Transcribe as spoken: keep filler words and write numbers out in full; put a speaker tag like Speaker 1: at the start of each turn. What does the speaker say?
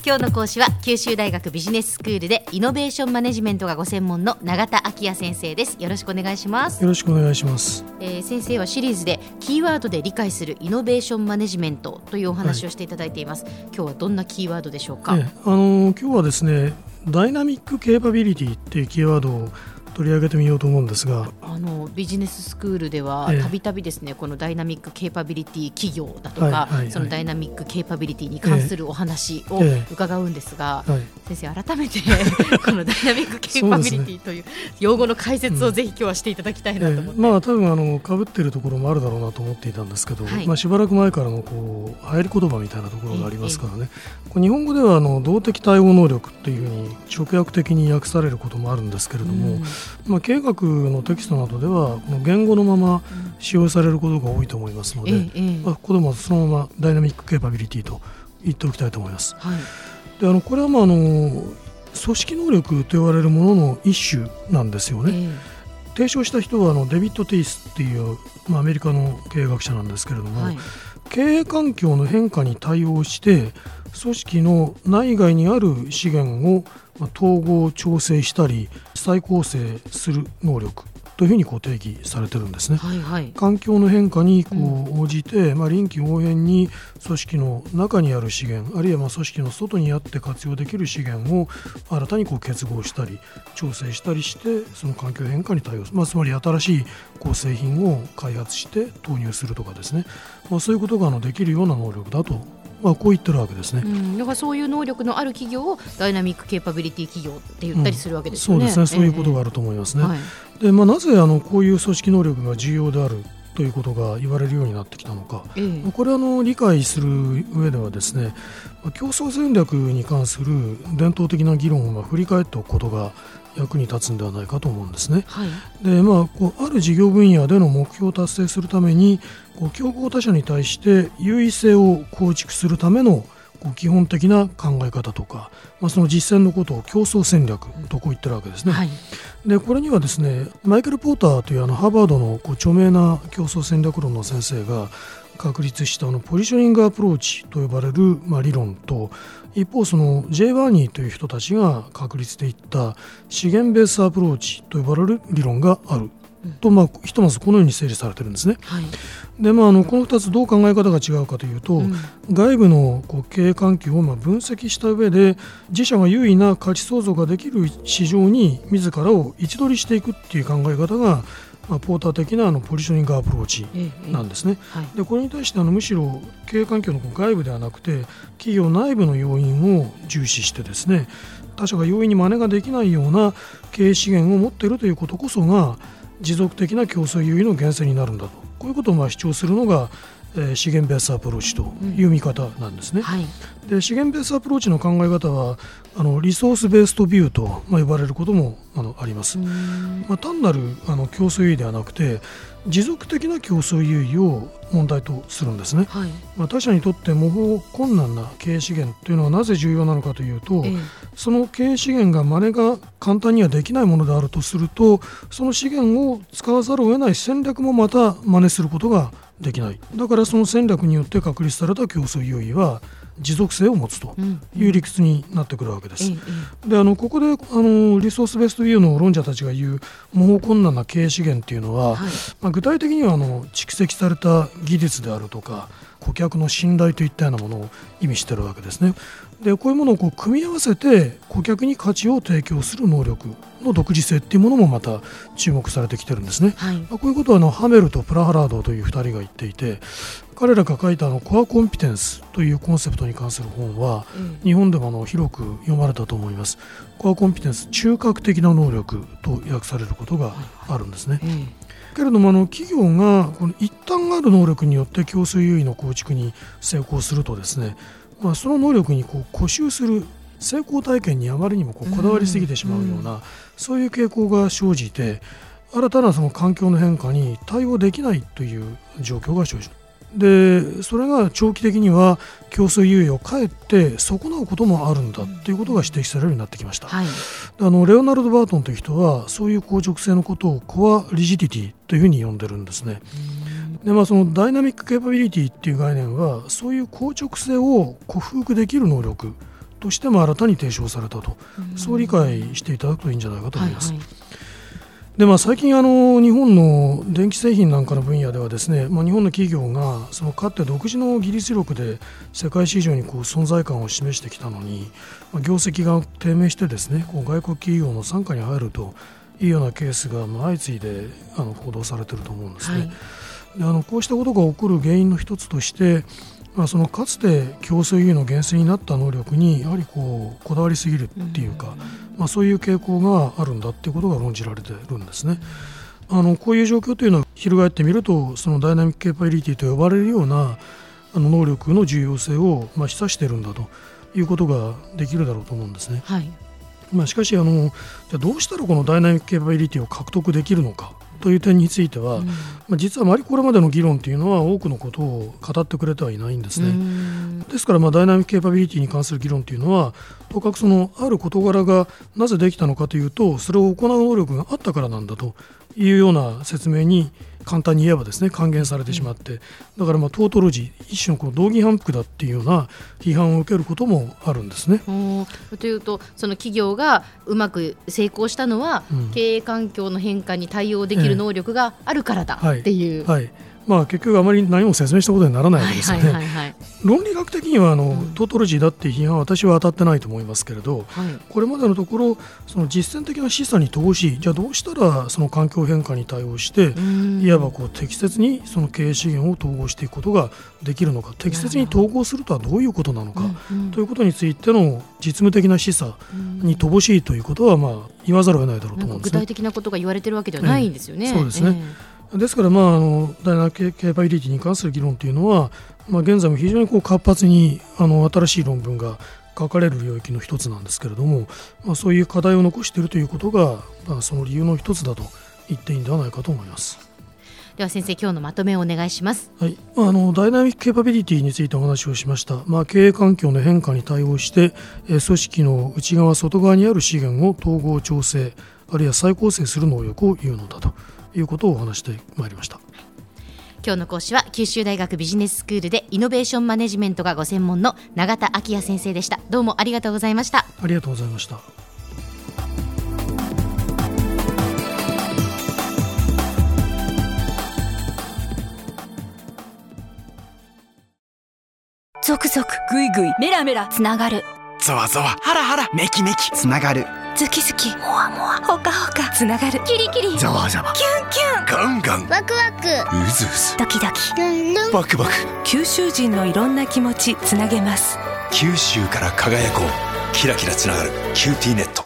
Speaker 1: 今日の講師は九州大学ビジネススクールでイノベーションマネジメントがご専門の永田昭也先生です。よろしくお願いします。
Speaker 2: よろしくお願いします。
Speaker 1: えー、先生はシリーズでキーワードで理解するイノベーションマネジメントというお話をしていただいています、はい、今日はどんなキーワードでしょうか。
Speaker 2: えあのー、今日はですねダイナミックケーパビリティっていうキーワードを取り上げてみようと思うんですが、
Speaker 1: あのビジネススクールではたびたびですね、このダイナミックケーパビリティ企業だとか、はいはいはい、そのダイナミックケーパビリティに関するお話を伺うんですが、えーえーはい、先生改めてこのダイナミックケーパビリティという用語の解説をぜひ今日はしていただきたいなと思って、
Speaker 2: うんえーまあ、多分あの被っているところもあるだろうなと思っていたんですけど、はいまあ、しばらく前からのこう流行り言葉みたいなところがありますからね、えー、こう日本語ではあの動的対応能力というふうに直訳的に訳されることもあるんですけれども、うんまあ、経営学のテキストなどではこの言語のまま使用されることが多いと思いますので、ええまあ、ここでもそのままダイナミックケーパビリティと言っておきたいと思います、はい、であのこれはまああの組織能力と言われるものの一種なんですよね、ええ、提唱した人はあのデビッド・テイスっていう、まあ、アメリカの経営学者なんですけれども、はい、経営環境の変化に対応して組織の内外にある資源を統合調整したり再構成する能力というふうにこう定義されてるんですね、はいはい、環境の変化にこう応じて、うんまあ、臨機応変に組織の中にある資源あるいはまあ組織の外にあって活用できる資源を新たにこう結合したり調整したりしてその環境変化に対応する、まあ、つまり新しいこう製品を開発して投入するとかですね、まあ、そういうことがあのできるような能力だとまあ、こう言ってるわけですね、うん、
Speaker 1: だからそういう能力のある企業をダイナミックケーパビリティ企業って言ったりするわけですよね、
Speaker 2: うん、そうですね、そういうことがあると思いますね、えーはいでまあ、なぜあのこういう組織能力が重要であるということが言われるようになってきたのか、えー、これはあの理解する上ではですね競争戦略に関する伝統的な議論をまあ振り返っておくことが役に立つんではないかと思うんですね、はいでまあ、こうある事業分野での目標を達成するためにこう競合他社に対して優位性を構築するためのこう基本的な考え方とか、まあ、その実践のことを競争戦略とこう言ってるわけですね、はい、でこれにはですねマイケル・ポーターというあのハーバードのこう著名な競争戦略論の先生が確立したあのポジショニングアプローチと呼ばれるまあ理論と一方その ジェイ バーニーという人たちが確立していった資源ベースアプローチと呼ばれる理論があると、まあ、ひとまずこのように整理されてるんですね、はいでまあ、あのこのふたつどう考え方が違うかというと、うん、外部のこう経営環境をまあ分析した上で自社が優位な価値創造ができる市場に自らを位置取りしていくっていう考え方がまあ、ポーター的なあのポジショニングアプローチなんですね、ええはい、でこれに対してあのむしろ経営環境の外部ではなくて企業内部の要因を重視してですね他社が容易に真似ができないような経営資源を持っているということこそが持続的な競争優位の源泉になるんだとこういうことをまあ主張するのがえー、資源ベースアプローチという見方なんですね、うんはい、で資源ベースアプローチの考え方はあのリソースベーストビューと、まあ、呼ばれることもあのあります、まあ、単なるあの競争優位ではなくて持続的な競争優位を問題とするんですね、はいまあ、他社にとって模倣困難な経営資源というのはなぜ重要なのかというと、ええ、その経営資源が真似が簡単にはできないものであるとするとその資源を使わざるを得ない戦略もまた真似することができないだからその戦略によって確立された競争優位は持続性を持つという理屈になってくるわけです、うんうん、であのここであのリソースベーストビューの論者たちが言う模倣困難な経営資源というのは、はいまあ、具体的にはあの蓄積された技術であるとか顧客の信頼といったようなものを意味しているわけですねでこういうものをこう組み合わせて顧客に価値を提供する能力の独自性っていうものもまた注目されてきてるんですね、はいまあ、こういうことはあのハメルとプラハラードというふたりが言っていて彼らが書いたあのコアコンピテンスというコンセプトに関する本は、うん、日本でもあの広く読まれたと思いますコアコンピテンス中核的な能力と訳されることがあるんですね、はいはいうんけれどもあの企業がこの一旦ある能力によって競争優位の構築に成功するとですね、まあ、その能力にこう固執する成功体験にあまりにもこうこだわりすぎてしまうような、うん、そういう傾向が生じて新たなその環境の変化に対応できないという状況が生じるでそれが長期的には競争優位をかえって損なうこともあるんだということが指摘されるようになってきました、はい、あのレオナルド・バートンという人はそういう硬直性のことをコアリジディティというふうに呼んでるんですねで、まあ、そのダイナミックケーパビリティという概念はそういう硬直性を克服できる能力ととしても新たに提唱されたと、そう理解していただくといいんじゃないかと思います。はいはい。でまあ、最近あの日本の電気製品なんかの分野ではですね、まあ、日本の企業がそのかつて独自の技術力で世界市場にこう存在感を示してきたのに、まあ、業績が低迷してですね、こう外国企業の傘下に入るというようなケースがまあ相次いであの報道されていると思うんですね。はい、であのこうしたことが起こる原因の一つとして、まあ、そのかつて競争優位の源泉になった能力にやはりこうこだわりすぎるっていうか、まあ、そういう傾向があるんだっていうことが論じられているんですね。あのこういう状況というのは翻ってみると、そのダイナミックケーパビリティと呼ばれるようなあの能力の重要性をまあ示唆しているんだということができるだろうと思うんですね。はい。まあ、しかしあのじゃあどうしたらこのダイナミックケーパビリティを獲得できるのかという点については、うん、まあ、実はあまりこれまでの議論というのは多くのことを語ってくれてはいないんですね。ですからまあダイナミックケーパビリティに関する議論というのは、とかくそのある事柄がなぜできたのかというと、それを行う能力があったからなんだというような説明に簡単に言えばですね、還元されてしまって、だからまあトートロジー、一種のこう道義反復だっていうような批判を受けることもあるんですね。
Speaker 1: というと、その企業がうまく成功したのは、うん、経営環境の変化に対応できる能力があるからだっていう、えーはいはい、ま
Speaker 2: あ、結局あまり何も説明したことにならないわけですよね。はいはいはいはい、論理学的にはあの、うん、トートロジーだっていう批判は私は当たってないと思いますけれど、はい、これまでのところその実践的な示唆に乏しい、じゃあどうしたらその環境変化に対応して、いわばこう適切にその経営資源を統合していくことができるのか、適切に統合するとはどういうことなのか、うんうん、ということについての実務的な示唆に乏しいということはまあ言わざるを得ないだろうと思うんですね。
Speaker 1: 具体的なことが言われているわけではないんですよね。
Speaker 2: えー、そうですね。えーですから、まあ、あのダイナミックケーパビリティに関する議論というのは、まあ、現在も非常にこう活発にあの新しい論文が書かれる領域の一つなんですけれども、まあ、そういう課題を残しているということが、まあ、その理由の一つだと言っていいんではないかと思います。
Speaker 1: では先生、今日のまとめをお願いします。
Speaker 2: はい、あのダイナミックケーパビリティについてお話をしました。まあ、経営環境の変化に対応して、え組織の内側外側にある資源を統合調整、あるいは再構成する能力を言うのだということをお話してまいりました。
Speaker 1: 今日の講師は九州大学ビジネススクールでイノベーションマネジメントがご専門の永田昭也先生でした。どうもありがとうございました。
Speaker 2: ありがとうございました。
Speaker 1: ゾクゾクグイグイメラメラつながる、
Speaker 3: ゾワゾワハラハラメキメキつながる、
Speaker 1: ズキズキモワモワホカホカつながる、キリキリ
Speaker 3: ザワザワ
Speaker 1: キュンキュン
Speaker 3: ガンガン
Speaker 4: ワクワク
Speaker 3: ウズウズ
Speaker 1: ドキドキ
Speaker 4: ルンルン
Speaker 3: バクバク、
Speaker 5: 九州人のいろんな気持ちつなげます。
Speaker 3: 九州から輝こう、キラキラつながるキューティーネット。